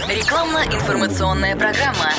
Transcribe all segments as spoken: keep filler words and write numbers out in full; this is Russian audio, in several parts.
Рекламно-информационная программа.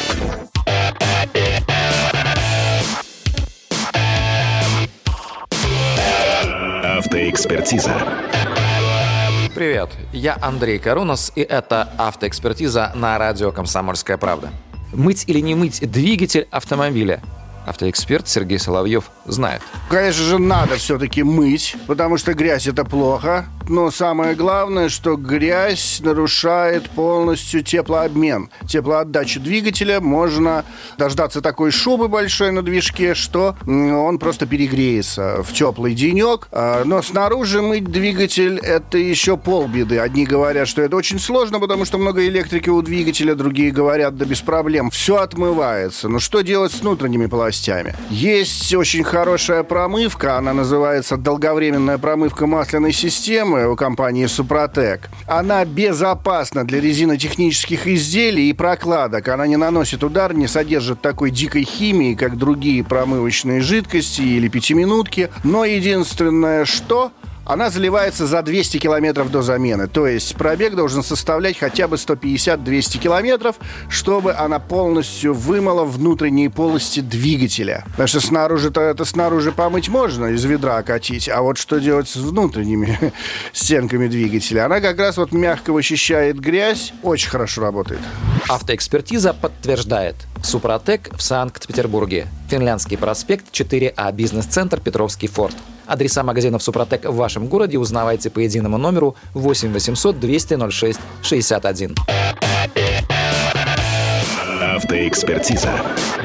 Автоэкспертиза. Привет, я Андрей Карунос, и это «Автоэкспертиза» на радио «Комсомольская правда». Мыть или не мыть двигатель автомобиля? Автоэксперт Сергей Соловьев знает. Конечно же, надо все-таки мыть, потому что грязь – это плохо. Но самое главное, что грязь нарушает полностью теплообмен. Теплоотдачу двигателя можно дождаться такой шубы большой на движке, что он просто перегреется в теплый денек. Но снаружи мыть двигатель – это еще полбеды. Одни говорят, что это очень сложно, потому что много электрики у двигателя, другие говорят, да без проблем. Все отмывается. Но что делать с внутренними полостями? Есть очень хорошая промывка, она называется долговременная промывка масляной системы у компании Супротек. Она безопасна для резинотехнических изделий и прокладок. Она не наносит удар, не содержит такой дикой химии, как другие промывочные жидкости или пятиминутки. Но единственное, что... она заливается за двести километров до замены. То есть пробег должен составлять хотя бы сто пятьдесят - двести километров, чтобы она полностью вымыла внутренние полости двигателя. Потому что снаружи-то это снаружи помыть можно, из ведра окатить. А вот что делать с внутренними стенками двигателя? Она как раз вот мягко вычищает грязь. Очень хорошо работает. Автоэкспертиза подтверждает. Супротек в Санкт-Петербурге. Финляндский проспект, четыре А, бизнес-центр Петровский форт. Адреса магазинов Супротек в вашем городе узнавайте по единому номеру восемь восемьсот двести ноль шесть шестьдесят один. Автоэкспертиза.